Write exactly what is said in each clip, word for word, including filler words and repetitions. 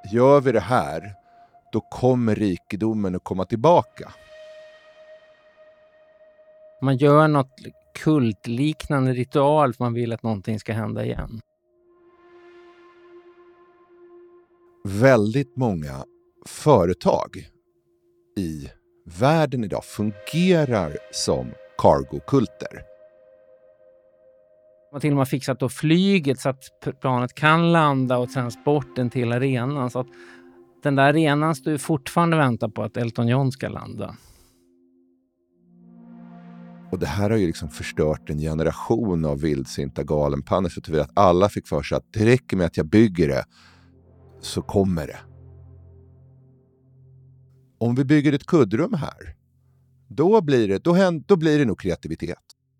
gör vi det här, då kommer rikedomen att komma tillbaka. Man gör något kultliknande ritual för man vill att någonting ska hända igen. Väldigt många företag i världen idag fungerar som cargo-kulter. Man har till och med fixat då flyget så att planet kan landa och transporten till arenan. Så att den där arenan står ju fortfarande och väntar på att Elton John ska landa. Och det här har ju liksom förstört en generation av vildsinta galenpannor, så att alla fick för sig att det räcker med att jag bygger det så kommer det. Om vi bygger ett kuddrum här, då blir det, då händer, då blir det nog kreativitet.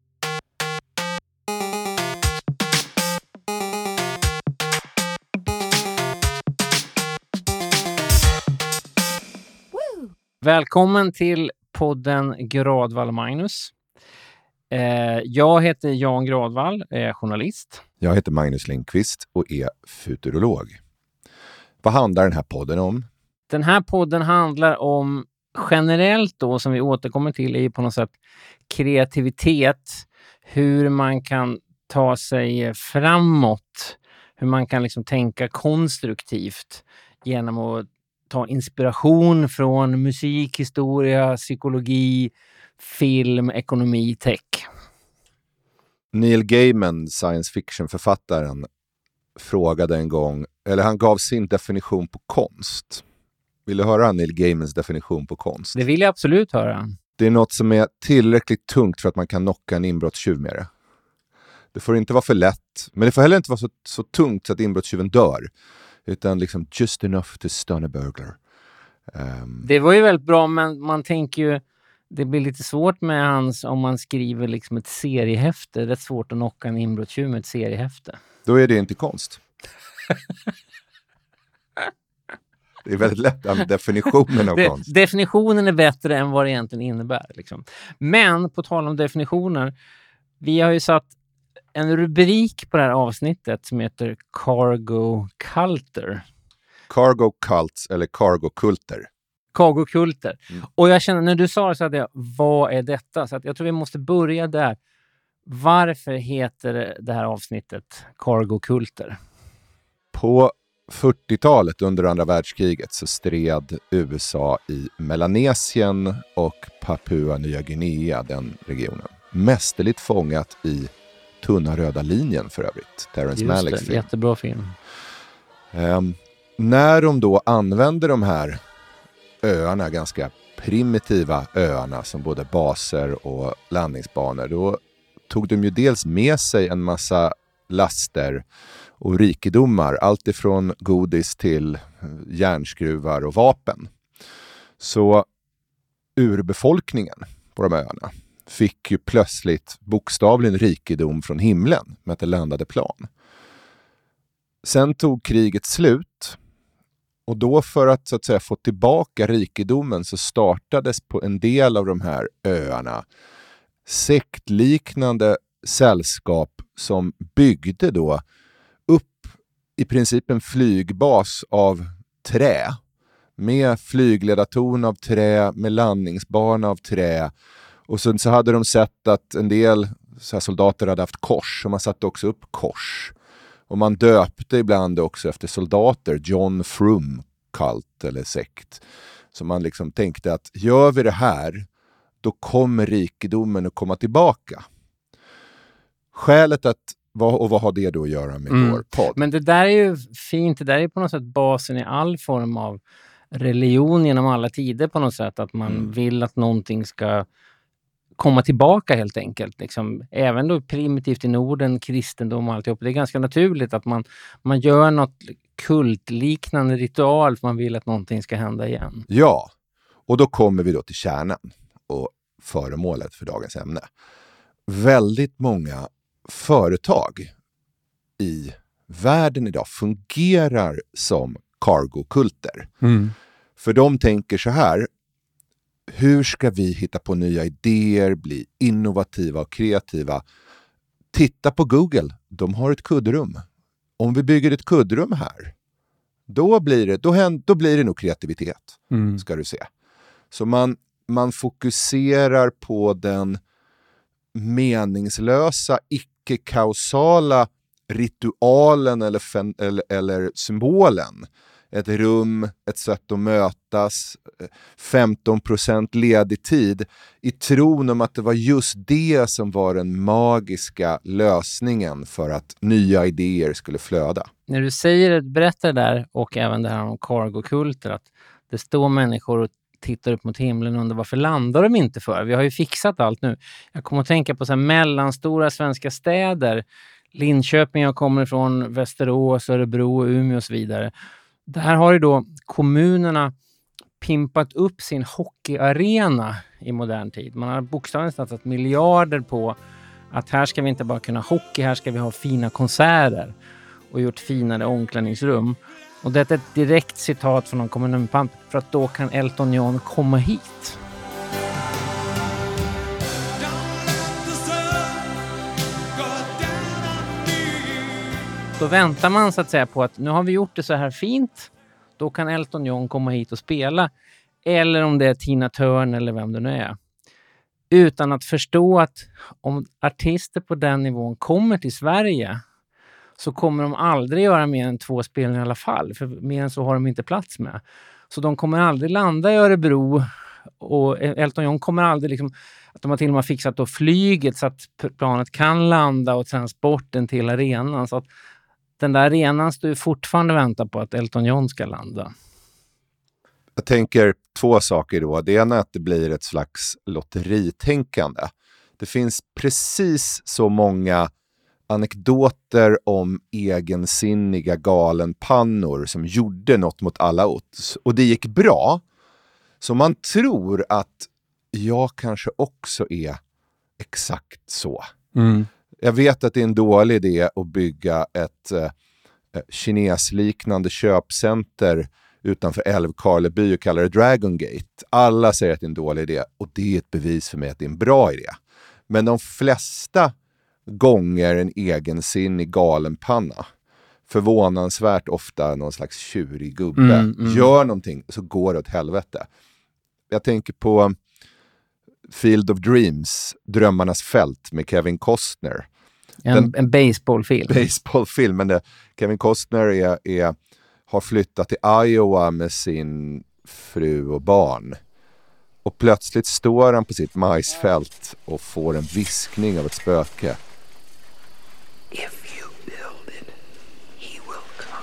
Välkommen till podden Gradvall Magnus. Eh, jag heter Jan Gradvall, är journalist. Jag heter Magnus Lindqvist och är futurolog. Vad handlar den här podden om? Den här podden handlar om generellt då, som vi återkommer till, är på något sätt kreativitet. Hur man kan ta sig framåt. Hur man kan liksom tänka konstruktivt genom att ta inspiration från musik, historia, psykologi, film, ekonomi, tech. Neil Gaiman, science fiction-författaren, frågade en gång, eller han gav sin definition på konst. Vill du höra Neil Gaimans definition på konst? Det vill jag absolut höra. Det är något som är tillräckligt tungt för att man kan knocka en inbrottstjuv med det. Det får inte vara för lätt, men det får heller inte vara så, så tungt så att inbrottstjuven dör. Utan liksom just enough to stun a burglar. Um... Det var ju väldigt bra, men man tänker ju det blir lite svårt med hans om man skriver liksom ett seriehäfte. Det är rätt svårt att knocka en inbrottstjuv med ett seriehäfte. Då är det inte konst. Det är väldigt lätt med definitionen av det, konst. Definitionen är bättre än vad det egentligen innebär. Liksom. Men på tal om definitioner, vi har ju satt en rubrik på det här avsnittet som heter Cargo Culter. Cargo Cults eller Cargo Kulter. Cargo Kulter. Mm. Och jag känner, när du sa det så att jag, vad är detta? Så att jag tror vi måste börja där. Varför heter det här avsnittet Cargo Kulter? På fyrtiotalet under andra världskriget så stred U S A i Melanesien och Papua Nya Guinea, den regionen. Mästerligt fångat i Tunna röda linjen för övrigt. Terrence Malicks film. Jättebra film. Um, när de då använder de här öarna, ganska primitiva öarna som både baser och landningsbanor, då tog de ju dels med sig en massa laster och rikedomar, allt ifrån godis till järnskruvar och vapen. Så urbefolkningen på de öarna fick ju plötsligt bokstavligen rikedom från himlen med att det landade plan. Sen tog kriget slut, och då för att så att säga få tillbaka rikedomen så startades på en del av de här öarna sektliknande sällskap som byggde då upp i princip en flygbas av trä, med flygledartorn av trä, med landningsbana av trä. Och sen så hade de sett att en del så här soldater hade haft kors, och man satte också upp kors. Och man döpte ibland också efter soldater, John Frum kult eller sekt. Så man liksom tänkte att gör vi det här, då kommer rikedomen att komma tillbaka. Skälet att, och vad har det då att göra med mm. vår podd? Men det där är ju fint, det där är på något sätt basen i all form av religion genom alla tider på något sätt. Att man mm. vill att någonting ska komma tillbaka helt enkelt. Liksom, även då primitivt i Norden, kristendom och alltihop. Det är ganska naturligt att man, man gör något kultliknande ritual för man vill att någonting ska hända igen. Ja, och då kommer vi då till kärnan och föremålet för dagens ämne. Väldigt många företag i världen idag fungerar som cargo-kulter. Mm. För de tänker så här: hur ska vi hitta på nya idéer, bli innovativa och kreativa? Titta på Google, de har ett kuddrum. Om vi bygger ett kuddrum här, Då blir det, då händer, då blir det nog kreativitet, Mm. ska du se. Så man, man fokuserar på den meningslösa, icke-kausala ritualen eller, fen, eller, eller symbolen. Ett rum, ett sätt att mötas, femton procent ledig tid, i tron om att det var just det som var den magiska lösningen för att nya idéer skulle flöda. När du säger, berättar det där, och även det här om cargokulter, att det står människor och tittar upp mot himlen och undrar varför landar de inte för? Vi har ju fixat allt nu. Jag kommer att tänka på så här mellanstora svenska städer. Linköping, jag kommer ifrån, Västerås, Örebro, Umeå och så vidare. Där har ju då kommunerna pimpat upp sin hockeyarena i modern tid. Man har bokstavligt satsat miljarder på att här ska vi inte bara kunna hockey, här ska vi ha fina konserter och gjort finare omklädningsrum. Och det är ett direkt citat från någon kommunpamp, för att då kan Elton John komma hit. Då väntar man så att säga på att nu har vi gjort det så här fint, då kan Elton John komma hit och spela. Eller om det är Tina Turner eller vem det nu är. Utan att förstå att om artister på den nivån kommer till Sverige, så kommer de aldrig göra mer än två spelningar i alla fall. För mer än så har de inte plats med. Så de kommer aldrig landa i Örebro. Och Elton John kommer aldrig liksom, att de har till och med fixat då flyget så att planet kan landa och transporten till arenan. Så att den där arenan står ju fortfarande och väntar på att Elton John ska landa. Jag tänker två saker då. Det ena är att det blir ett slags lotteritänkande. Det finns precis så många anekdoter om egensinniga galenpannor som gjorde något mot alla odds. Och det gick bra. Så man tror att jag kanske också är exakt så. Mm. Jag vet att det är en dålig idé att bygga ett eh, kinesliknande köpcenter utanför Älvkarleby och kallar det Dragon Gate. Alla säger att det är en dålig idé, och det är ett bevis för mig att det är en bra idé. Men de flesta gånger en egensinnig galenpanna, förvånansvärt ofta någon slags tjurig gubbe, mm, mm. gör någonting så går det åt helvete. Jag tänker på Field of Dreams, Drömmarnas fält med Kevin Costner. En, Den, en baseballfilm. Baseballfilm, men det, Kevin Costner är, är, har flyttat till Iowa med sin fru och barn. Och plötsligt står han på sitt majsfält och får en viskning av ett spöke. If you build it, he will come.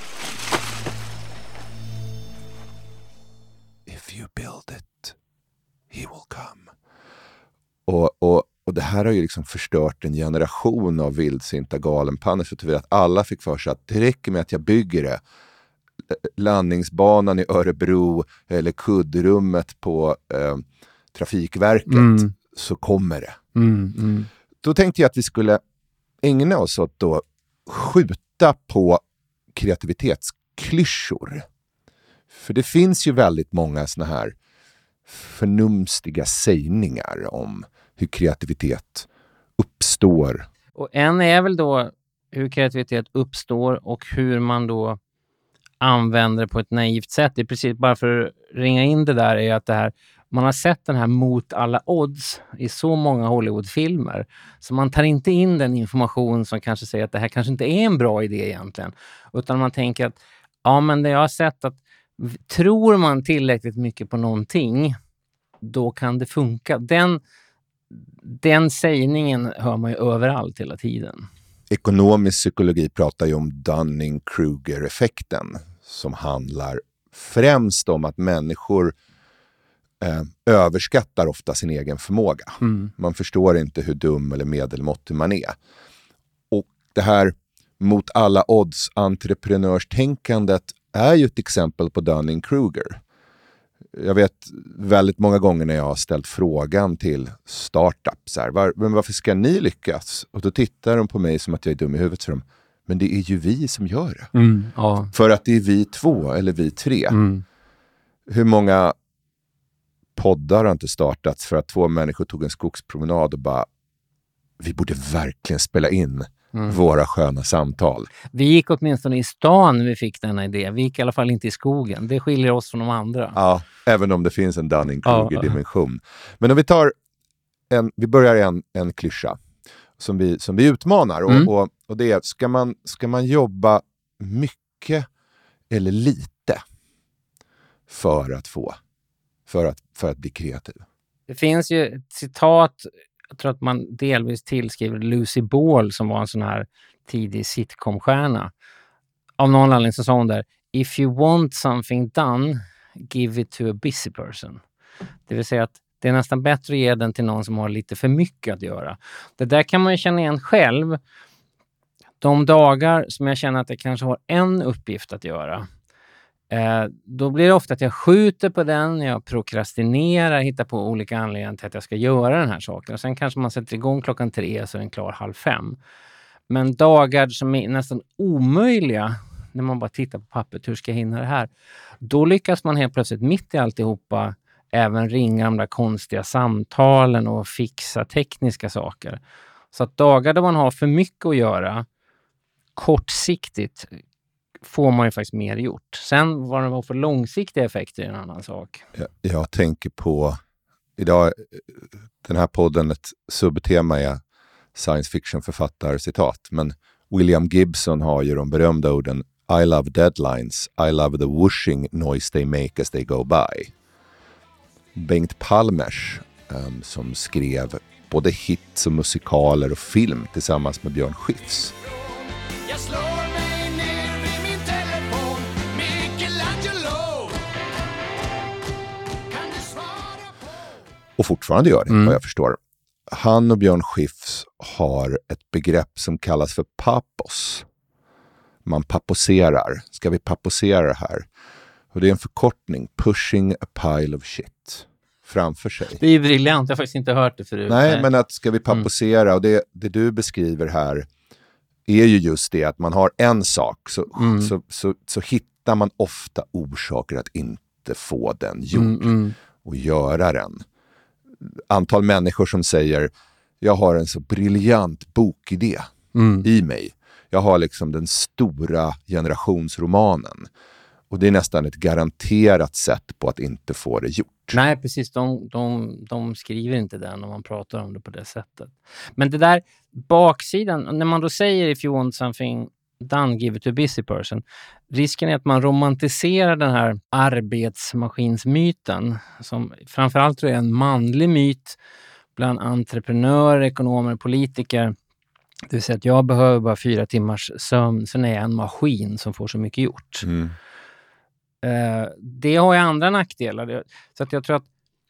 If you build it, he will come. Och, och, och det här har ju liksom förstört en generation av vildsinta galenpannor, så att alla fick för sig att det räcker med att jag bygger det. Landningsbanan i Örebro eller kuddrummet på eh, Trafikverket, mm. så kommer det. Mm, mm. Då tänkte jag att vi skulle ägna oss åt att skjuta på kreativitetsklyschor. För det finns ju väldigt många såna här förnumstiga sägningar om hur kreativitet uppstår. Och en är väl då hur kreativitet uppstår och hur man då använder det på ett naivt sätt. Det är precis, bara för att ringa in det där, är att det här, man har sett den här mot alla odds i så många Hollywoodfilmer, så man tar inte in den information som kanske säger att det här kanske inte är en bra idé egentligen, utan man tänker att ja, men det jag har sett att tror man tillräckligt mycket på någonting, då kan det funka. Den, den sägningen hör man ju överallt hela tiden. Ekonomisk psykologi pratar ju om Dunning-Kruger-effekten, som handlar främst om att människor eh, överskattar ofta sin egen förmåga. Mm. Man förstår inte hur dum eller medelmåttig man är. Och det här mot alla odds entreprenörstänkandet är ju ett exempel på Dunning-Kruger. Jag vet väldigt många gånger när jag har ställt frågan till startups, här, var, men varför ska ni lyckas? Och då tittar de på mig som att jag är dum i huvudet, för dem. Men det är ju vi som gör det. Mm, ja. För att det är vi två eller vi tre. Mm. Hur många poddar har inte startats för att två människor tog en skogspromenad och bara, vi borde verkligen spela in mm. våra sköna samtal. Vi gick åtminstone i stan när vi fick denna idé. Vi gick i alla fall inte i skogen. Det skiljer oss från de andra. Ja, även om det finns en Dunning-Kruger-dimension. Ja. Men om vi tar en, vi börjar i en, en klyscha som vi, som vi utmanar. Och, mm. och, och det är, ska man, ska man jobba mycket eller lite för att få, för att, för att bli kreativ? Det finns ju ett citat, jag tror att man delvis tillskriver Lucy Ball som var en sån här tidig sitcom-stjärna. Av någon anledning så sa hon där: if you want something done, give it to a busy person. Det vill säga att det är nästan bättre att ge den till någon som har lite för mycket att göra. Det där kan man ju känna igen själv. De dagar som jag känner att jag kanske har en uppgift att göra, eh, då blir det ofta att jag skjuter på den, jag prokrastinerar, hittar på olika anledningar till att jag ska göra den här saken. Och sen kanske man sätter igång klockan tre så är den klar halv fem. Men dagar som är nästan omöjliga, när man bara tittar på pappret, hur ska jag hinna det här? Då lyckas man helt plötsligt mitt i alltihopa även ringa de där konstiga samtalen och fixa tekniska saker. Så att dagar där man har för mycket att göra, kortsiktigt, får man ju faktiskt mer gjort. Sen vad det var för långsiktiga effekter är en annan sak. Jag, jag tänker på, idag, den här podden, ett subtema är science fiction-författarcitat. Men William Gibson har ju de berömda orden I love deadlines, I love the whooshing noise they make as they go by. Bengt Palmers, um, som skrev både hits och musikaler och film tillsammans med Björn Skifs. Jag slår mig ner vid min telefon, Michelangelo. Kan du svara på? Och fortfarande gör det, mm. vad jag förstår. Han och Björn Skifs har ett begrepp som kallas för papos. Man paposerar. Ska vi paposera det här? Och det är en förkortning. Pushing a pile of shit framför sig. Det är briljant. Jag har faktiskt inte hört det förut. Nej, Nej. men att ska vi paposera, mm. och det, det du beskriver här är ju just det att man har en sak så, mm. så, så, så hittar man ofta orsaker att inte få den gjord mm, mm. och göra den. Antal människor som säger jag har en så briljant bokidé mm. i mig. Jag har liksom den stora generationsromanen. Och det är nästan ett garanterat sätt på att inte få det gjort. Nej, precis. De, de, de skriver inte den när man pratar om det på det sättet. Men det där baksidan, när man då säger if you want something done, give it to a busy person. Risken är att man romantiserar den här arbetsmaskinsmyten. Som framförallt tror jag är en manlig myt bland entreprenörer, ekonomer och politiker. Det vill säga att jag behöver bara fyra timmars sömn, sen är jag en maskin som får så mycket gjort. Mm. Uh, det har ju andra nackdelar. Så att jag tror att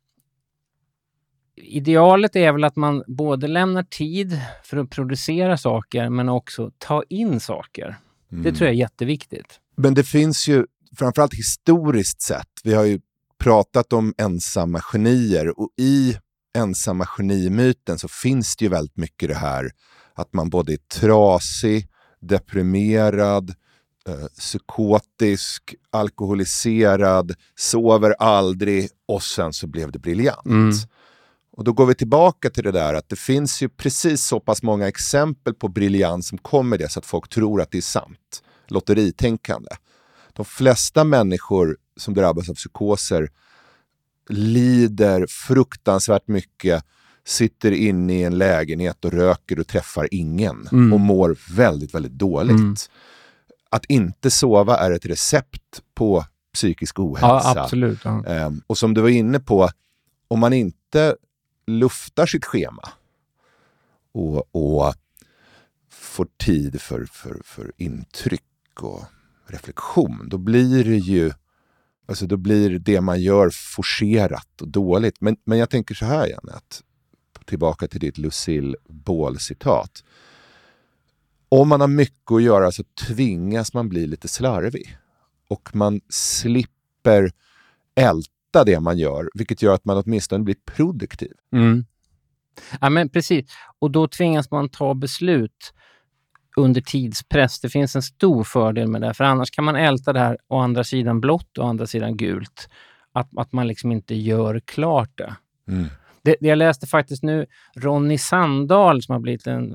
idealet är väl att man både lämnar tid för att producera saker men också ta in saker. Mm. Det tror jag är jätteviktigt. Men det finns ju, framförallt historiskt sett, vi har ju pratat om ensamma genier och i ensamma genimyten så finns det ju väldigt mycket det här att man både är trasig, deprimerad, eh, psykotisk, alkoholiserad, sover aldrig och sen så blev det briljant. Mm. Och då går vi tillbaka till det där att det finns ju precis så pass många exempel på briljans som kommer det så att folk tror att det är sant. Lotteritänkande. De flesta människor som drabbas av psykoser lider fruktansvärt mycket, sitter inne i en lägenhet och röker och träffar ingen mm. och mår väldigt, väldigt dåligt. Mm. Att inte sova är ett recept på psykisk ohälsa. Ja, absolut. Ja. Um, och som du var inne på, om man inte luftar sitt schema och, och får tid för, för, för intryck och reflektion, då blir det ju alltså då blir det man gör forcerat och dåligt. Men, men jag tänker så här igen, att tillbaka till ditt Lucille Ball-citat. Om man har mycket att göra så tvingas man bli lite slarvig. Och man slipper älta det man gör, vilket gör att man åtminstone blir produktiv. Mm. Ja, men precis. Och då tvingas man ta beslut under tidspress. Det finns en stor fördel med det. För annars kan man älta det här å andra sidan blått och å andra sidan gult. Att, att man liksom inte gör klart det. Mm. det. Det jag läste faktiskt nu, Ronny Sandahl som har blivit en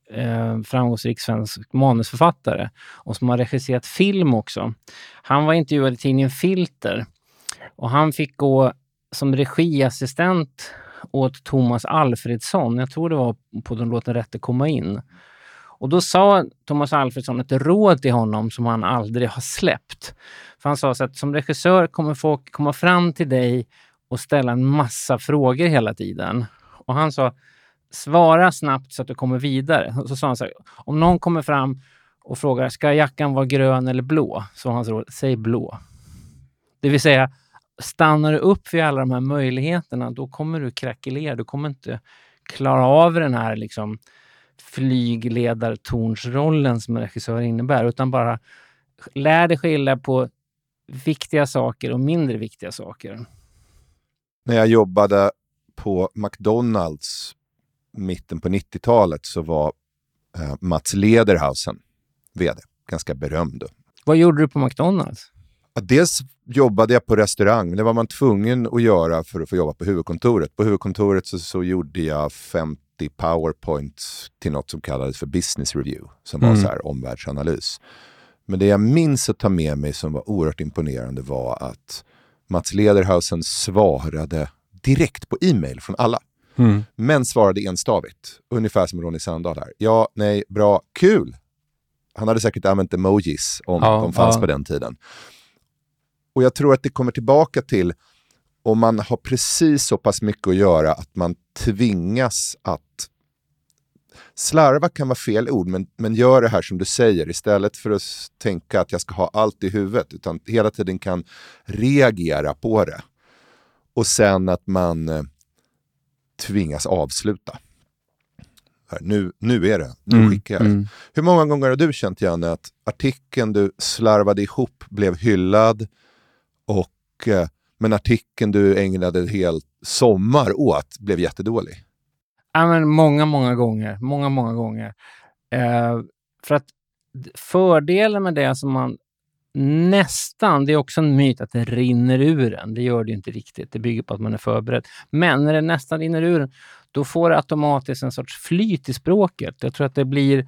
eh, framgångsrik svensk manusförfattare och som har regisserat film också. Han var intervjuad i tidningen Filter och han fick gå som regiassistent åt Thomas Alfredsson. Jag tror det var på den låten Rätt att komma in. Och då sa Thomas Alfredsson ett råd till honom som han aldrig har släppt. För han sa så att som regissör kommer folk komma fram till dig och ställa en massa frågor hela tiden. Och han sa, svara snabbt så att du kommer vidare. Och så sa han så här, om någon kommer fram och frågar, ska jackan vara grön eller blå? Så han sa, säg blå. Det vill säga, stannar du upp vid alla de här möjligheterna, då kommer du krackelera. Du kommer inte klara av den här liksom flygledartornsrollen som en regissör innebär, utan bara lär dig skilja på viktiga saker och mindre viktiga saker. När jag jobbade på McDonalds mitten på nittiotalet så var eh, Mats Lederhausen vd, ganska berömd. Vad gjorde du på McDonalds? Ja, dels jobbade jag på restaurang, det var man tvungen att göra för att få jobba på huvudkontoret. På huvudkontoret så, så gjorde jag femtio powerpoints till något som kallades för business review, som mm. var så här omvärldsanalys. Men det jag minns att ta med mig som var oerhört imponerande var att Mats Lederhausen svarade direkt på e-mail från alla. Mm. Men svarade enstavigt. Ungefär som Ronny Sandahl här. Ja, nej, bra, kul. Han hade säkert använt emojis om ja, de fanns ja. på den tiden. Och jag tror att det kommer tillbaka till om man har precis så pass mycket att göra att man tvingas att slarva kan vara fel ord, men, men gör det här som du säger istället för att tänka att jag ska ha allt i huvudet, utan hela tiden kan reagera på det. Och sen att man eh, tvingas avsluta. Här, nu, nu är det, nu mm, skickar jag. Mm. Hur många gånger har du känt, Janne, att artikeln du slarvade ihop blev hyllad och eh, men artikeln du ägnade ett helt sommar åt blev jättedålig? Ja, men många, många gånger. Många, många gånger. Eh, för att fördelen med det som man nästan, det är också en myt att det rinner ur en. Det gör det ju inte riktigt. Det bygger på att man är förberedd. Men när det nästan rinner ur en, då får det automatiskt en sorts flyt i språket. Jag tror att det blir,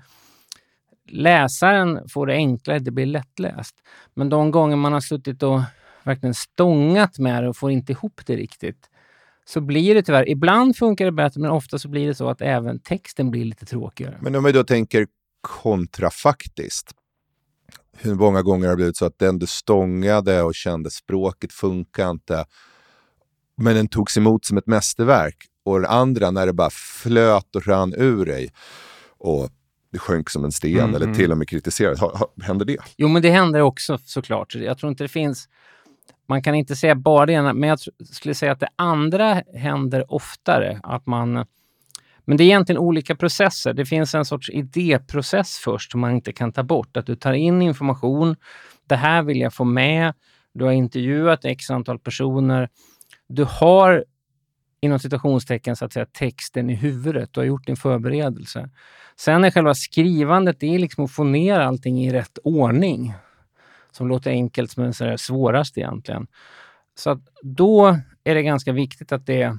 läsaren får det enklare, det blir lättläst. Men de gånger man har suttit och verkligen stångat med det och får inte ihop det riktigt, så blir det tyvärr, ibland funkar det bättre, men ofta så blir det så att även texten blir lite tråkigare. Men om vi då tänker kontrafaktiskt, hur många gånger har det blivit så att den du stångade och kände språket funkar inte, men den togs emot som ett mästerverk, och den andra när det bara flöt och rann ur dig och det sjönk som en sten mm, eller mm. till och med kritiserades. Händer det? Jo, men det händer också såklart. Jag tror inte det finns, man kan inte säga bara det ena, men jag skulle säga att det andra händer oftare. Att man, men det är egentligen olika processer. Det finns en sorts idéprocess först som man inte kan ta bort. Att du tar in information, det här vill jag få med. Du har intervjuat x antal personer. Du har inom citationstecken så att säga texten i huvudet. Du har gjort din förberedelse. Sen är själva skrivandet, det är liksom att få ner allting i rätt ordning. Som låter enkelt men så är det svårast egentligen. Så att då är det ganska viktigt att det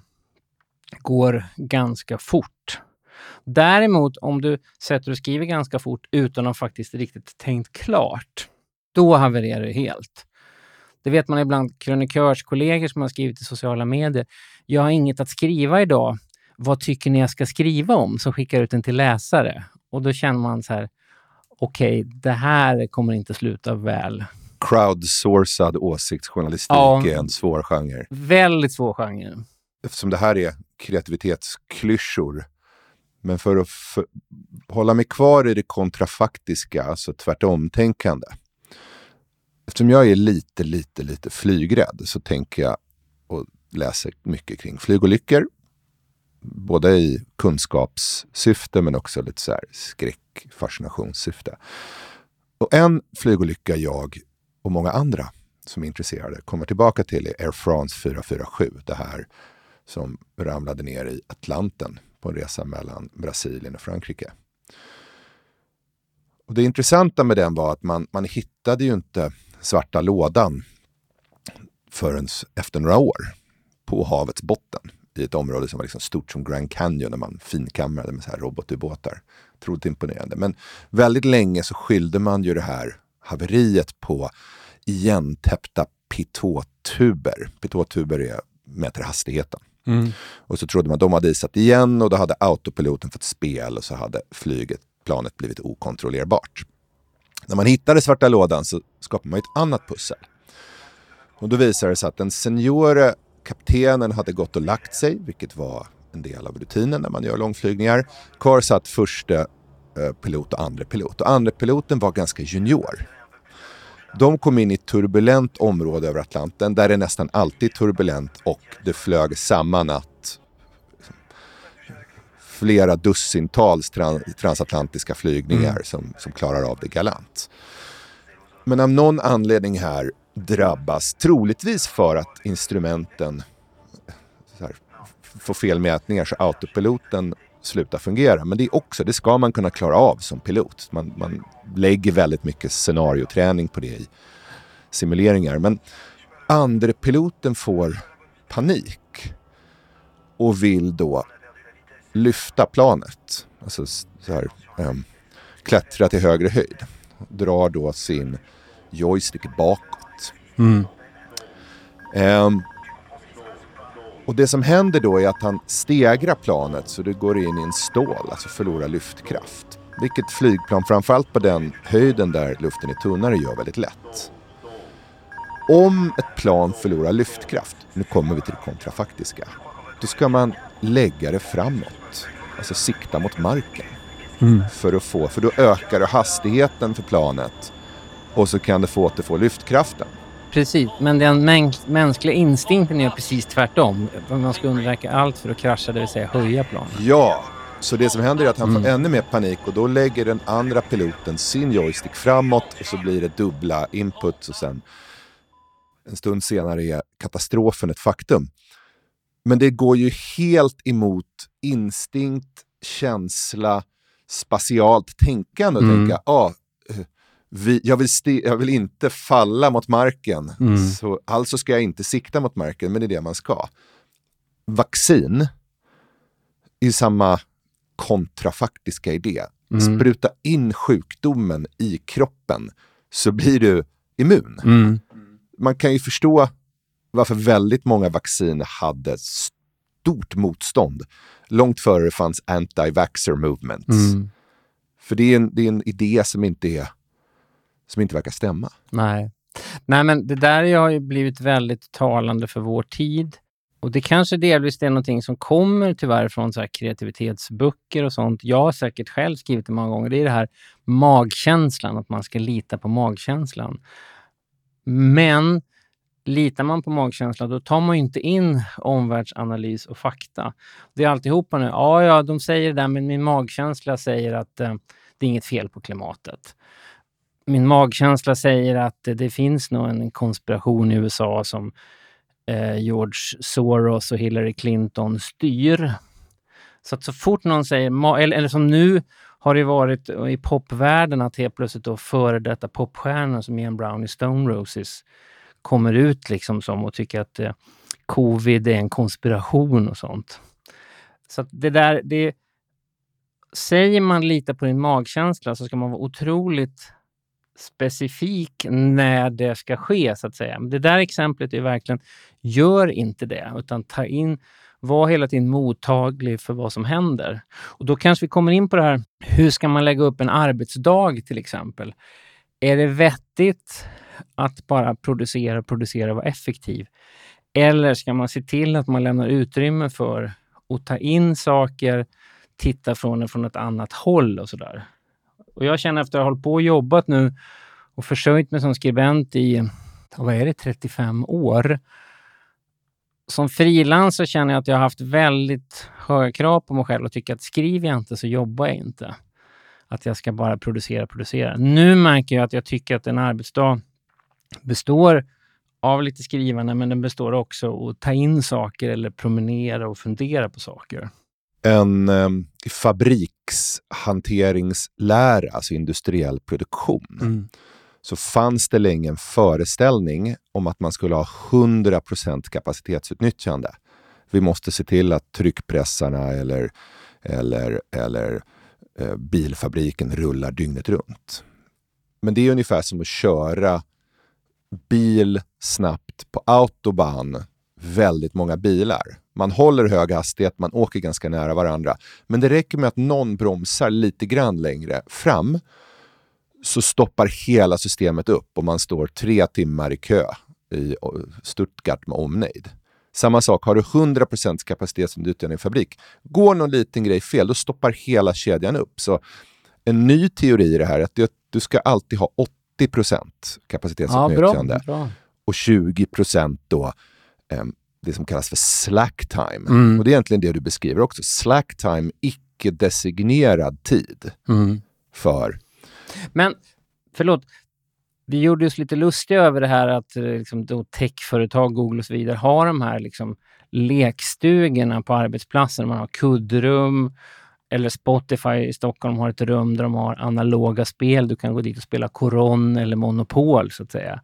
går ganska fort. Däremot om du sätter och skriver ganska fort utan att faktiskt riktigt tänkt klart, då havererar det helt. Det vet man ibland krönikörskollegor som har skrivit i sociala medier. Jag har inget att skriva idag. Vad tycker ni jag ska skriva om? Så skickar ut den till läsare. Och då känner man så här, okej, okay, det här kommer inte sluta väl. Crowdsourcad åsiktsjournalistik ja, är en svår genre. Väldigt svår genre. Eftersom det här är kreativitetsklyschor. Men för att för, hålla mig kvar i det kontrafaktiska, alltså tvärtomtänkande. Eftersom jag är lite, lite, lite flygrädd så tänker jag och läser mycket kring flygolyckor. Både i kunskapssyfte men också lite så här skräckfascinationssyfte. Och en flygolycka jag och många andra som är intresserade kommer tillbaka till är Air France fyra fyra sju. Det här som ramlade ner i Atlanten på en resa mellan Brasilien och Frankrike. Och det intressanta med den var att man, man hittade ju inte svarta lådan förrän efter några år på havets botten i ett område som var liksom stort som Grand Canyon när man finkamrade med så här robotubåtar. otroligt imponerande. Men väldigt länge så skyllde man ju det här haveriet på igentäppta pitåtuber. Pitåtuber är mäter hastigheten. Mm. Och så trodde man att de hade isat igen och då hade autopiloten fått spel och så hade flyget, planet blivit okontrollerbart. När man hittade svarta lådan så skapade man ett annat pussel. Och då visade det sig att den seniore kaptenen hade gått och lagt sig, vilket var en del av rutinen när man gör långflygningar. Kvar satt första eh, pilot och andra pilot. Och andra piloten var ganska junior. De kom in i ett turbulent område över Atlanten där det nästan alltid är turbulent och det flög samma natt flera dussintals trans- transatlantiska flygningar mm. som, som klarar av det galant. Men av någon anledning här drabbas, troligtvis för att instrumenten så här, får fel mätningar så autopiloten slutar fungera. Men det är också, det ska man kunna klara av som pilot. Man, man lägger väldigt mycket scenarioträning på det i simuleringar. Men andra piloten får panik och vill då lyfta planet. Alltså så här, um, klättra till högre höjd. Drar då sin joystick bakåt. Mm. Um, och det som händer då är att han stegrar planet så det går in i en stål, alltså förlorar lyftkraft. Vilket flygplan, framförallt på den höjden där luften är tunnare, gör väldigt lätt. Om ett plan förlorar lyftkraft, nu kommer vi till det kontrafaktiska, då ska man lägga det framåt, alltså sikta mot marken. Mm. För att få, för då ökar det hastigheten för planet och så kan det få att det får lyftkraften. Precis, men den mäns- mänskliga instinkten är precis tvärtom. Man ska undvika allt för att krascha, det vill säga höja planet. Ja, så det som händer är att han mm. får ännu mer panik och då lägger den andra piloten sin joystick framåt och så blir det dubbla inputs och sen en stund senare är katastrofen ett faktum. Men det går ju helt emot instinkt, känsla, spatialt tänkande och mm. tänka, ah, vi, jag, vill sti- jag vill inte falla mot marken, mm. så alltså ska jag inte sikta mot marken, men det är det man ska. Vaccin är samma kontrafaktiska idé. Mm. Spruta in sjukdomen i kroppen så blir du immun. Mm. Man kan ju förstå varför väldigt många vacciner hade stort motstånd. Långt före det fanns anti-vaxxer movements. Mm. För det är, en, det är en idé som inte är som inte verkar stämma. Nej. Nej, men det där har ju blivit väldigt talande för vår tid. Och det kanske delvis är någonting som kommer tyvärr från så här kreativitetsböcker och sånt. Jag har säkert själv skrivit det många gånger. Det är det här magkänslan, att man ska lita på magkänslan. Men litar man på magkänslan, då tar man ju inte in omvärldsanalys och fakta. Det är alltihopa nu. Ja, ja, de säger det där, men min magkänsla säger att eh, det är inget fel på klimatet. Min magkänsla säger att eh, det finns nog en konspiration i U S A som eh, George Soros och Hillary Clinton styr. Så att så fort någon säger, ma- eller, eller som nu har det varit i popvärlden att helt plötsligt då före detta popstjärnor som Ian Brown i Stone Roses kommer ut liksom som och tycker att eh, covid är en konspiration och sånt. Så att det där, det säger man lite på din magkänsla så ska man vara otroligt specifik när det ska ske så att säga. Men det där exemplet är verkligen, gör inte det utan ta in, var hela tiden mottaglig för vad som händer. Och då kanske vi kommer in på det här, hur ska man lägga upp en arbetsdag till exempel? Är det vettigt att bara producera, producera och vara effektiv? Eller ska man se till att man lämnar utrymme för att ta in saker, titta från det från ett annat håll och sådär. Och jag känner efter att ha hållit på och jobbat nu och försökt mig som skribent i, vad är det, trettiofem år. Som frilansare känner jag att jag har haft väldigt höga krav på mig själv och tycker att skriver jag inte så jobbar jag inte. Att jag ska bara producera, producera. Nu märker jag att jag tycker att en arbetsdag består av lite skrivande, men den består också av att ta in saker eller promenera och fundera på saker. En eh, fabrikshanteringslära, alltså industriell produktion, mm. så fanns det länge en föreställning om att man skulle ha hundra procent kapacitetsutnyttjande. Vi måste se till att tryckpressarna eller, eller, eller eh, bilfabriken rullar dygnet runt. Men det är ungefär som att köra bil snabbt på autobahn, väldigt många bilar. Man håller hög hastighet, man åker ganska nära varandra. Men det räcker med att någon bromsar lite grann längre fram, så stoppar hela systemet upp och man står tre timmar i kö i Stuttgart med omnejd. Samma sak, har du hundra procent kapacitet som du utgör i en fabrik. Går någon liten grej fel, då stoppar hela kedjan upp. Så en ny teori i det här är att du, du ska alltid ha åttio procent kapacitetsutnyttjande. Ja, bra, bra. Och tjugo procent då eh, det som kallas för slack time. Mm. Och det är egentligen det du beskriver också. Slack time, icke-designerad tid Mm. för... Men, förlåt, vi gjorde oss lite lustiga över det här att liksom, då techföretag, Google och så vidare har de här liksom, lekstugorna på arbetsplatser. Man har kuddrum, eller Spotify i Stockholm har ett rum där de har analoga spel. Du kan gå dit och spela Coron eller Monopol så att säga.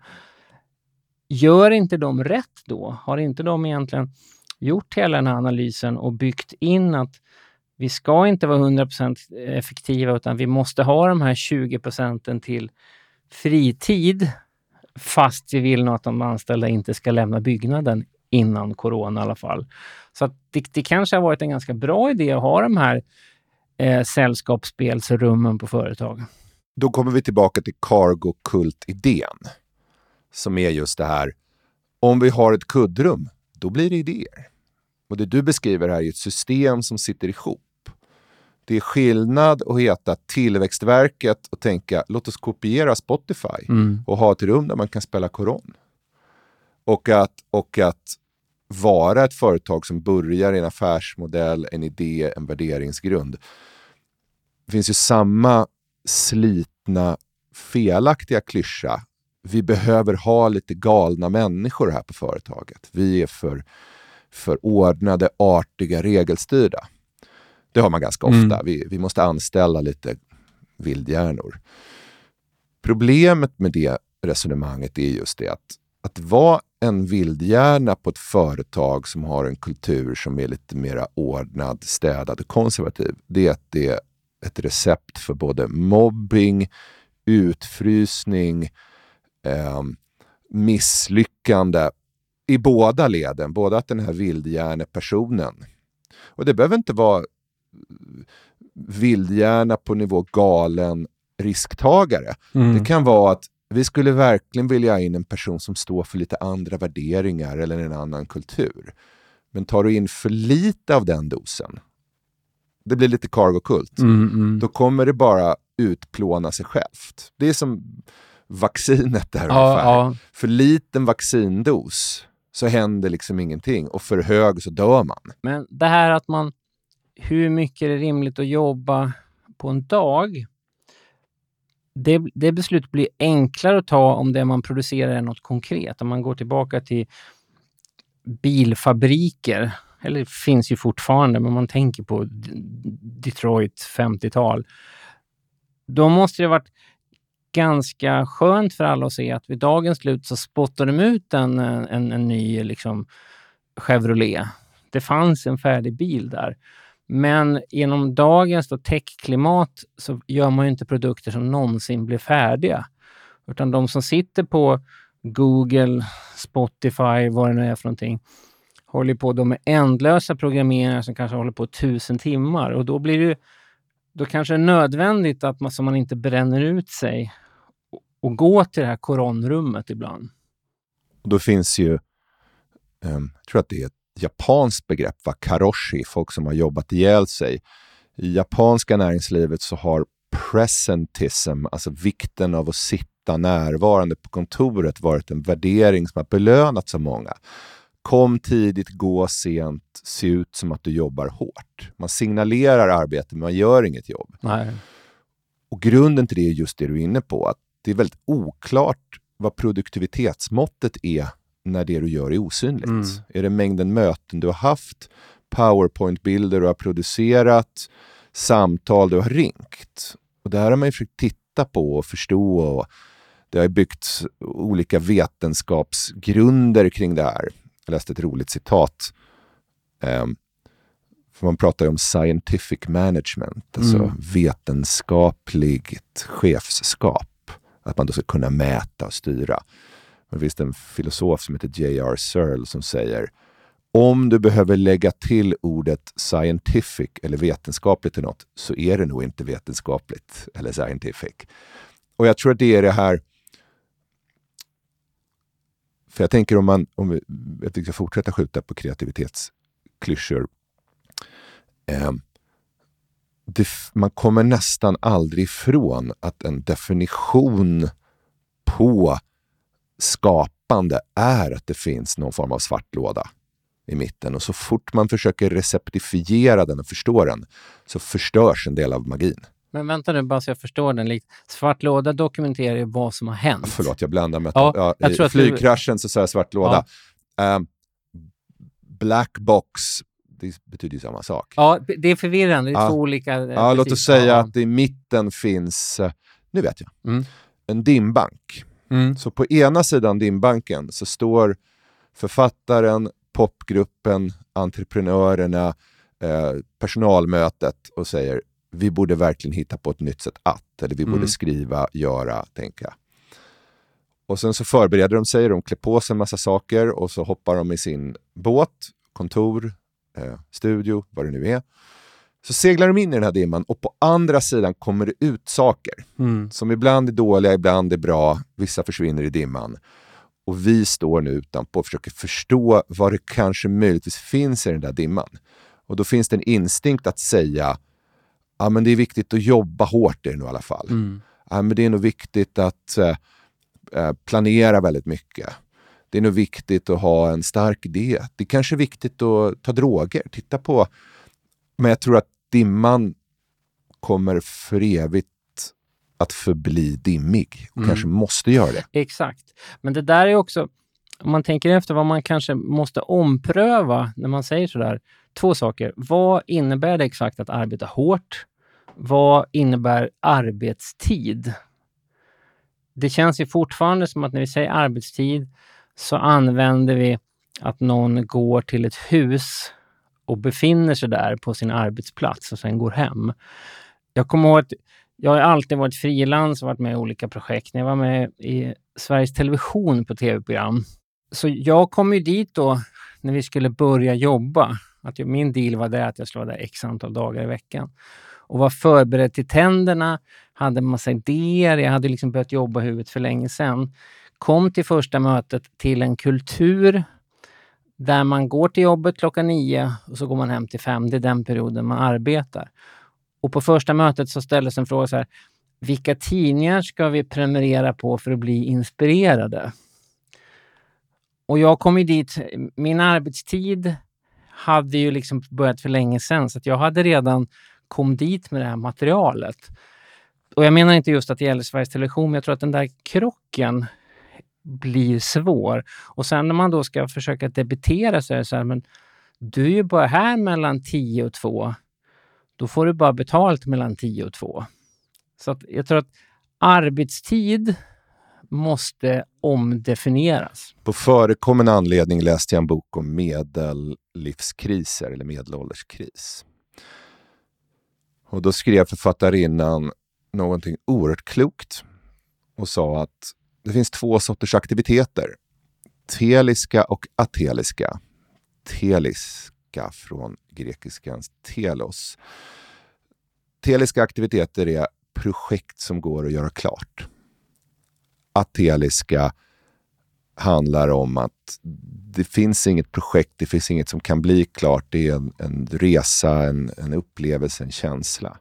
Gör inte de rätt då? Har inte de egentligen gjort hela den här analysen och byggt in att vi ska inte vara hundra procent effektiva utan vi måste ha de här tjugo procenten till fritid, fast vi vill nog att de anställda inte ska lämna byggnaden innan corona i alla fall. Så att det, det kanske har varit en ganska bra idé att ha de här eh, sällskapsspelsrummen på företag. Då kommer vi tillbaka till cargo-kult-idén. Som är just det här, om vi har ett kuddrum, då blir det idéer. Och det du beskriver här är ett system som sitter ihop. Det är skillnad att heta Tillväxtverket och tänka, låt oss kopiera Spotify Mm. och ha ett rum där man kan spela Coron. Och att, och att vara ett företag som börjar i en affärsmodell, en idé, en värderingsgrund. Det finns ju samma slitna, felaktiga klyscha. Vi behöver ha lite galna människor här på företaget. Vi är för, för ordnade, artiga, regelstyrda. Det har man ganska ofta. Mm. Vi, vi måste anställa lite vildhjärnor. Problemet med det resonemanget är just det att, att vara en vildhjärna på ett företag som har en kultur som är lite mer ordnad, städad och konservativ. Det är att det är ett recept för både mobbing, utfrysning, eh, misslyckande i båda leden. Både att den här vildhjärnepersonen, och det behöver inte vara vildhjärna på nivå galen risktagare. Mm. Det kan vara att vi skulle verkligen vilja ha in en person som står för lite andra värderingar eller en annan kultur. Men tar du in för lite av den dosen, det blir lite cargo-kult. Mm, mm. Då kommer det bara utplåna sig självt. Det är som vaccinet där Ja, ungefär. ja. För liten vaccindos så händer liksom ingenting. Och för hög så dör man. Men det här att man, hur mycket är det rimligt att jobba på en dag? Det, det beslut blir enklare att ta om det man producerar är något konkret. Om man går tillbaka till bilfabriker, eller det finns ju fortfarande, men man tänker på Detroit femtiotal. Då måste det ha varit ganska skönt för alla att se att vid dagens slut så spottar de ut en, en, en ny liksom, Chevrolet. Det fanns en färdig bil där. Men genom dagens då techklimat så gör man ju inte produkter som någonsin blir färdiga. Utan de som sitter på Google, Spotify, vad det nu är för någonting, håller på de med ändlösa programmeringar som kanske håller på tusen timmar. Och då blir det då kanske det är nödvändigt att man, så man inte bränner ut sig och, och gå till det här koronrummet ibland. Och då finns ju, um, jag tror att det är ett japanskt begrepp, va? Karoshi, folk som har jobbat ihjäl sig. I japanska näringslivet så har presentism, alltså vikten av att sitta närvarande på kontoret, varit en värdering som har belönat så många. Kom tidigt, gå sent, se ut som att du jobbar hårt. Man signalerar arbete, men man gör inget jobb. Nej. Och grunden till det är just det du är inne på, att det är väldigt oklart vad produktivitetsmåttet är när det du gör är osynligt. Mm. Är det mängden möten du har haft, PowerPoint-bilder du har producerat, samtal du har ringt? Och det här har man ju försökt titta på och förstå, och det har byggts olika vetenskapsgrunder kring det här. Jag läste ett roligt citat. Um, För man pratar ju om scientific management, alltså Mm. vetenskapligt chefskap. Att man då ska kunna mäta och styra. Men visst en filosof som heter J R Searle som säger: om du behöver lägga till ordet scientific eller vetenskapligt till något, så är det nog inte vetenskapligt eller scientific. Och jag tror att det är det här. För jag tänker om man, om vi, jag ska fortsätta skjuta på kreativitetsklyschor. Eh, det, man kommer nästan aldrig ifrån att en definition på skapande är att det finns någon form av svart låda i mitten. Och så fort man försöker receptifiera den och förstå den, så förstörs en del av magin. Men vänta nu, bara så jag förstår den. Lite. Svart låda dokumenterar ju vad som har hänt. Förlåt, jag blandar med Ja, ja, jag i tror att flygkraschen du... så sa jag svart låda. Ja. Um, black box, det betyder ju samma sak. Ja, det är förvirrande. Det är ja. två olika... Ja, precis. låt oss säga ja. att i mitten finns, nu vet jag, mm. en dimbank. Mm. Så på ena sidan dimbanken så står författaren, popgruppen, entreprenörerna, eh, personalmötet och säger: vi borde verkligen hitta på ett nytt sätt att, eller vi Mm. borde skriva, göra, tänka. Och sen så förbereder de sig, de klär på sig en massa saker och så hoppar de i sin båt, kontor, eh, studio, vad det nu är. Så seglar de in i den här dimman och på andra sidan kommer det ut saker Mm. som ibland är dåliga, ibland är bra, vissa försvinner i dimman. Och vi står nu utanpå och försöker förstå vad det kanske möjligtvis finns i den där dimman. Och då finns det en instinkt att säga: ja, men det är viktigt att jobba hårt i det nu i alla fall. Mm. Ja, men det är nog viktigt att eh, planera väldigt mycket. Det är nog viktigt att ha en stark idé. Det är kanske viktigt att ta droger, titta på. Men jag tror att dimman kommer för evigt att förbli dimmig. Och Mm. kanske måste göra det. Exakt. Men det där är också, om man tänker efter vad man kanske måste ompröva när man säger sådär. Två saker. Vad innebär det exakt att arbeta hårt? Vad innebär arbetstid? Det känns ju fortfarande som att när vi säger arbetstid så använder vi att någon går till ett hus och befinner sig där på sin arbetsplats och sen går hem. Jag kommer ihåg att jag har alltid varit frilans och varit med i olika projekt. När jag var med i Sveriges Television på tv-program. Så jag kom ju dit då när vi skulle börja jobba. Att jag, min deal var det att jag skulle vara där x antal dagar i veckan. Och var förberedd till tänderna. Hade en massa idéer. Jag hade liksom börjat jobba huvudet för länge sedan. Kom till första mötet till en kultur där man går till jobbet klockan nio och så går man hem till fem. Det är den perioden man arbetar. Och på första mötet så ställdes en fråga så här: vilka tidningar ska vi prenumerera på för att bli inspirerade? Och jag kom ju dit, min arbetstid hade ju liksom börjat för länge sedan, så att jag hade redan kom dit med det här materialet. Och jag menar inte just att det gäller Sveriges Television, men jag tror att den där krocken blir svår. Och sen när man då ska försöka debitera så är det så här: men du är ju bara här mellan tio och två. Då får du bara betalt mellan tio och två. Så att jag tror att arbetstid måste omdefinieras. På förekommande anledning läste jag en bok om medellivskriser eller medelålderskris. Och då skrev författarinnan någonting oerhört klokt och sa att det finns två sorters aktiviteter. Teliska och ateliska. Teliska från grekiskans telos. Teliska aktiviteter är projekt som går att göra klart. Ateliska handlar om att det finns inget projekt, det finns inget som kan bli klart. Det är en, en resa, en, en upplevelse, en känsla.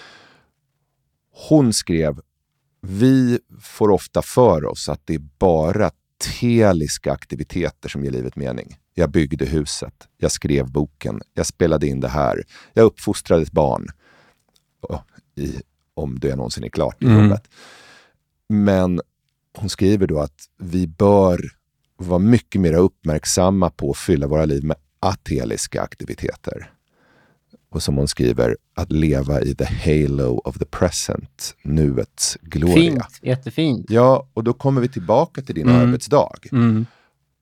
Hon skrev: vi får ofta för oss att det är bara teliska aktiviteter som ger livet mening. Jag byggde huset, jag skrev boken, jag spelade in det här, jag uppfostrade ett barn. Oh, i, om det någonsin är klart i Mm. jobbet. Men hon skriver då att vi bör vara mycket mer uppmärksamma på att fylla våra liv med ateliska aktiviteter. Och som hon skriver, att leva i the halo of the present, nuets gloria. Fint, jättefint. Ja, och då kommer vi tillbaka till din Mm. arbetsdag. Mm.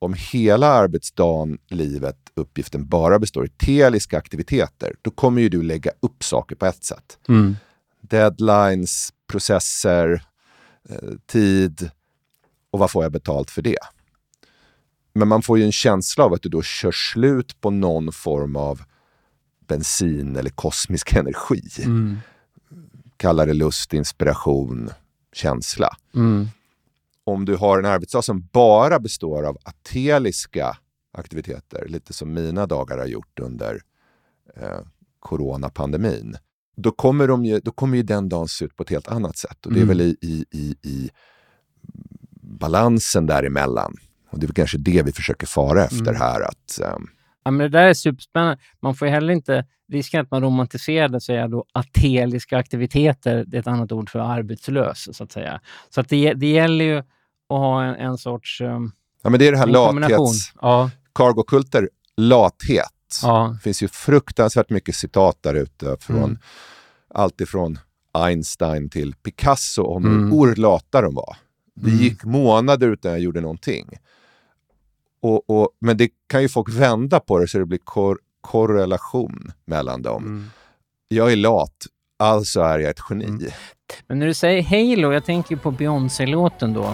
om hela arbetsdagen, livet, uppgiften bara består i tealiska aktiviteter, då kommer ju du lägga upp saker på ett sätt. Mm. Deadlines, processer, eh, tid och vad får jag betalt för det? Men man får ju en känsla av att du då kör slut på någon form av bensin eller kosmisk energi. Mm. Kalla det lust, inspiration, känsla. Mm. Om du har en arbetsdag som bara består av ateliska aktiviteter, lite som mina dagar har gjort under eh, coronapandemin, då kommer, de ju, då kommer ju den dagen se ut på ett helt annat sätt. Och det är Mm. väl i, i, i, i balansen däremellan. Och det är väl kanske det vi försöker fara efter Mm. här. Att, um... Ja, men det där är superspännande. Man får ju heller inte, risken att man romantiserar det, så är då ateliska aktiviteter, det är ett annat ord för arbetslös, så att säga. Så att det, det gäller ju att ha en, en sorts um, ja, men det är det här en kombination. lathets... Ja. Cargokulter, lathet. Ja. Det finns ju fruktansvärt mycket citat där ute från Mm. allt ifrån Einstein till Picasso om Mm. hur orlata de var. Det Mm. gick månader utan jag gjorde någonting. Och, och, men det kan ju folk vända på det så det blir kor- korrelation mellan dem. Mm. Jag är lat, alltså är jag ett geni. Mm. Men när du säger Halo, jag tänker på Beyoncé-låten då.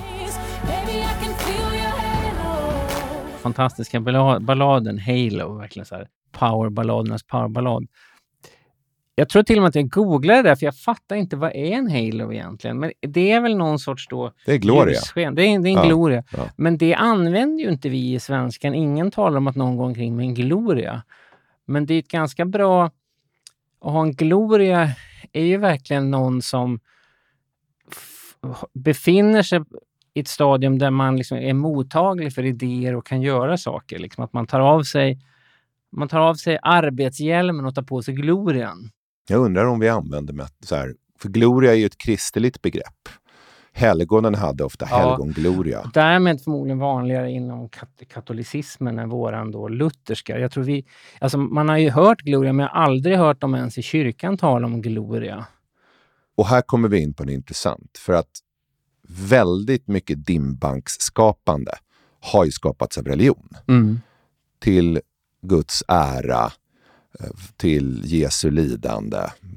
Fantastiska balla- balladen Halo, verkligen så här powerballadernas powerballad. Jag tror till och med att jag googlade det, för jag fattar inte vad är en Halo egentligen. Men det är väl någon sorts då Det är gloria. ljussken. Det är, det är en Ja, gloria. ja. Men det använder ju inte vi i svenskan. Ingen talar om att någon går omkring med en gloria. Men det är ett ganska bra... Att ha en gloria är ju verkligen någon som f- befinner sig i ett stadium där man liksom är mottaglig för idéer och kan göra saker. Liksom att man tar av sig, man tar av sig arbetshjälmen och tar på sig glorian. Jag undrar om vi använder med så här, för gloria är ju ett kristeligt begrepp. Helgonen hade ofta Ja. helgongloria. Därmed förmodligen vanligare inom kat- katolicismen än våran då lutherska. Jag tror vi, alltså man har ju hört gloria, men jag har aldrig hört dem ens i kyrkan tala om gloria. Och här kommer vi in på det intressant. För att väldigt mycket dimbanksskapande har ju skapats av religion. Mm. Till Guds ära, till Jesu lidande.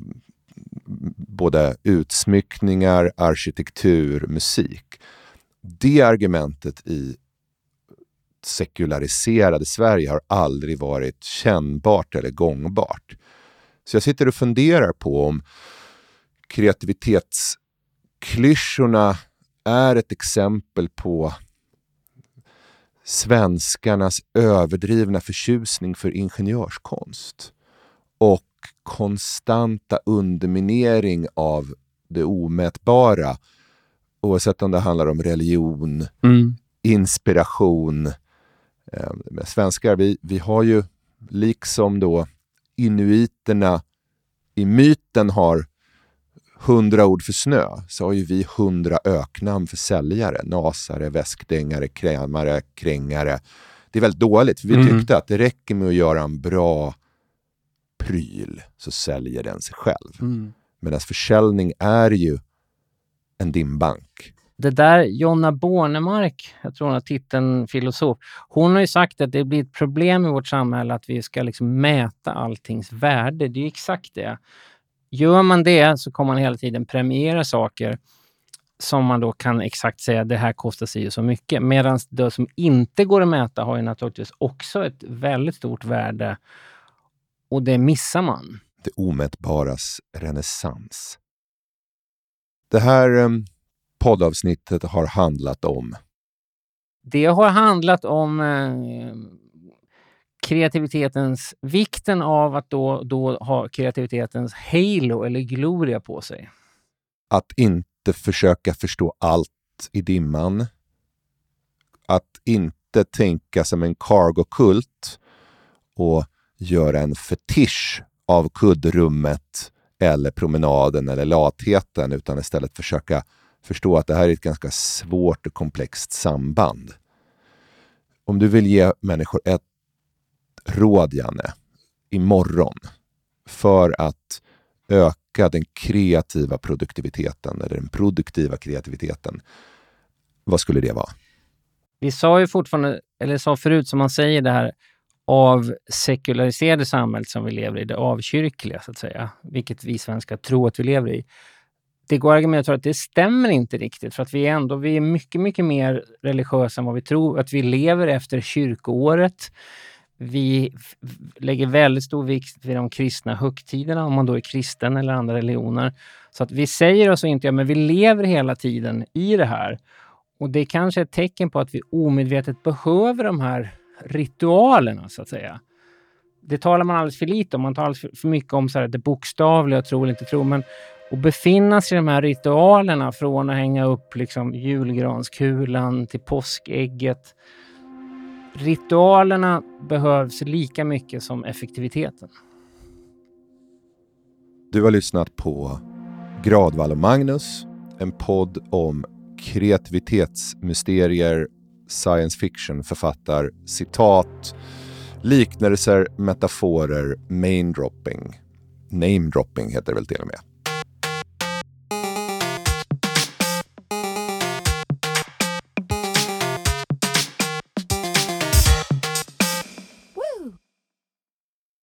Både utsmyckningar, arkitektur, musik. Det argumentet i sekulariserade Sverige har aldrig varit kännbart eller gångbart. Så jag sitter och funderar på om kreativitetsklyschorna är ett exempel på svenskarnas överdrivna förtjusning för ingenjörskonst och konstanta underminering av det omätbara, oavsett om det handlar om religion, Mm. inspiration. Eh, svenskar, vi, vi har ju liksom då inuiterna i myten har hundra ord för snö, så har ju vi hundra öknamn för säljare, nasare, väskdängare, krämare, krängare. Det är väldigt dåligt, för vi Mm. tyckte att det räcker med att göra en bra pryl så säljer den sig själv. Mm. Medan försäljning är ju en dimbank. Det där, Jonna Bornemark, jag tror hon har titeln filosof, hon har ju sagt att det blir ett problem i vårt samhälle att vi ska liksom mäta alltings värde. Det är ju exakt det. Gör man det så kommer man hela tiden premiera saker som man då kan exakt säga det här kostar sig ju så mycket. Medan det som inte går att mäta har ju naturligtvis också ett väldigt stort värde, och det missar man. Det omätbaras renässans. Det här um, poddavsnittet har handlat om Det har handlat om eh, kreativitetens, vikten av att då, då ha kreativitetens halo eller gloria på sig. att inte försöka förstå allt i dimman. Att inte tänka som en cargokult och göra en fetisch av kuddrummet eller promenaden eller latheten, utan istället försöka förstå att det här är ett ganska svårt och komplext samband. Om du vill ge människor ett råd, Janne, imorgon för att öka den kreativa produktiviteten eller den produktiva kreativiteten, vad skulle det vara? Vi sa ju fortfarande, eller sa förut som man säger det här av sekulariserade samhället som vi lever i, det avkyrkliga så att säga, vilket vi svenskar tror att vi lever i. Det går argument för att det stämmer inte riktigt, för att vi är ändå vi är mycket, mycket mer religiösa än vad vi tror. Att vi lever efter kyrkoåret. Vi f- lägger väldigt stor vikt vid de kristna högtiderna, om man då är kristen eller andra religioner. Så att vi säger oss inte, ja, men vi lever hela tiden i det här. Och det är kanske ett tecken på att vi omedvetet behöver de här ritualerna så att säga. Det talar man alldeles för lite om. Man talar för, för mycket om så här, det bokstavliga, tro eller inte tro, men att befinna sig i de här ritualerna från att hänga upp liksom julgranskulan till påskägget. Ritualerna behövs lika mycket som effektiviteten. Du har lyssnat på Gradvall och Magnus, en podd om kreativitetsmysterier, science fiction, författar, citat, liknelser, metaforer, main dropping. Name dropping heter det väl till och med.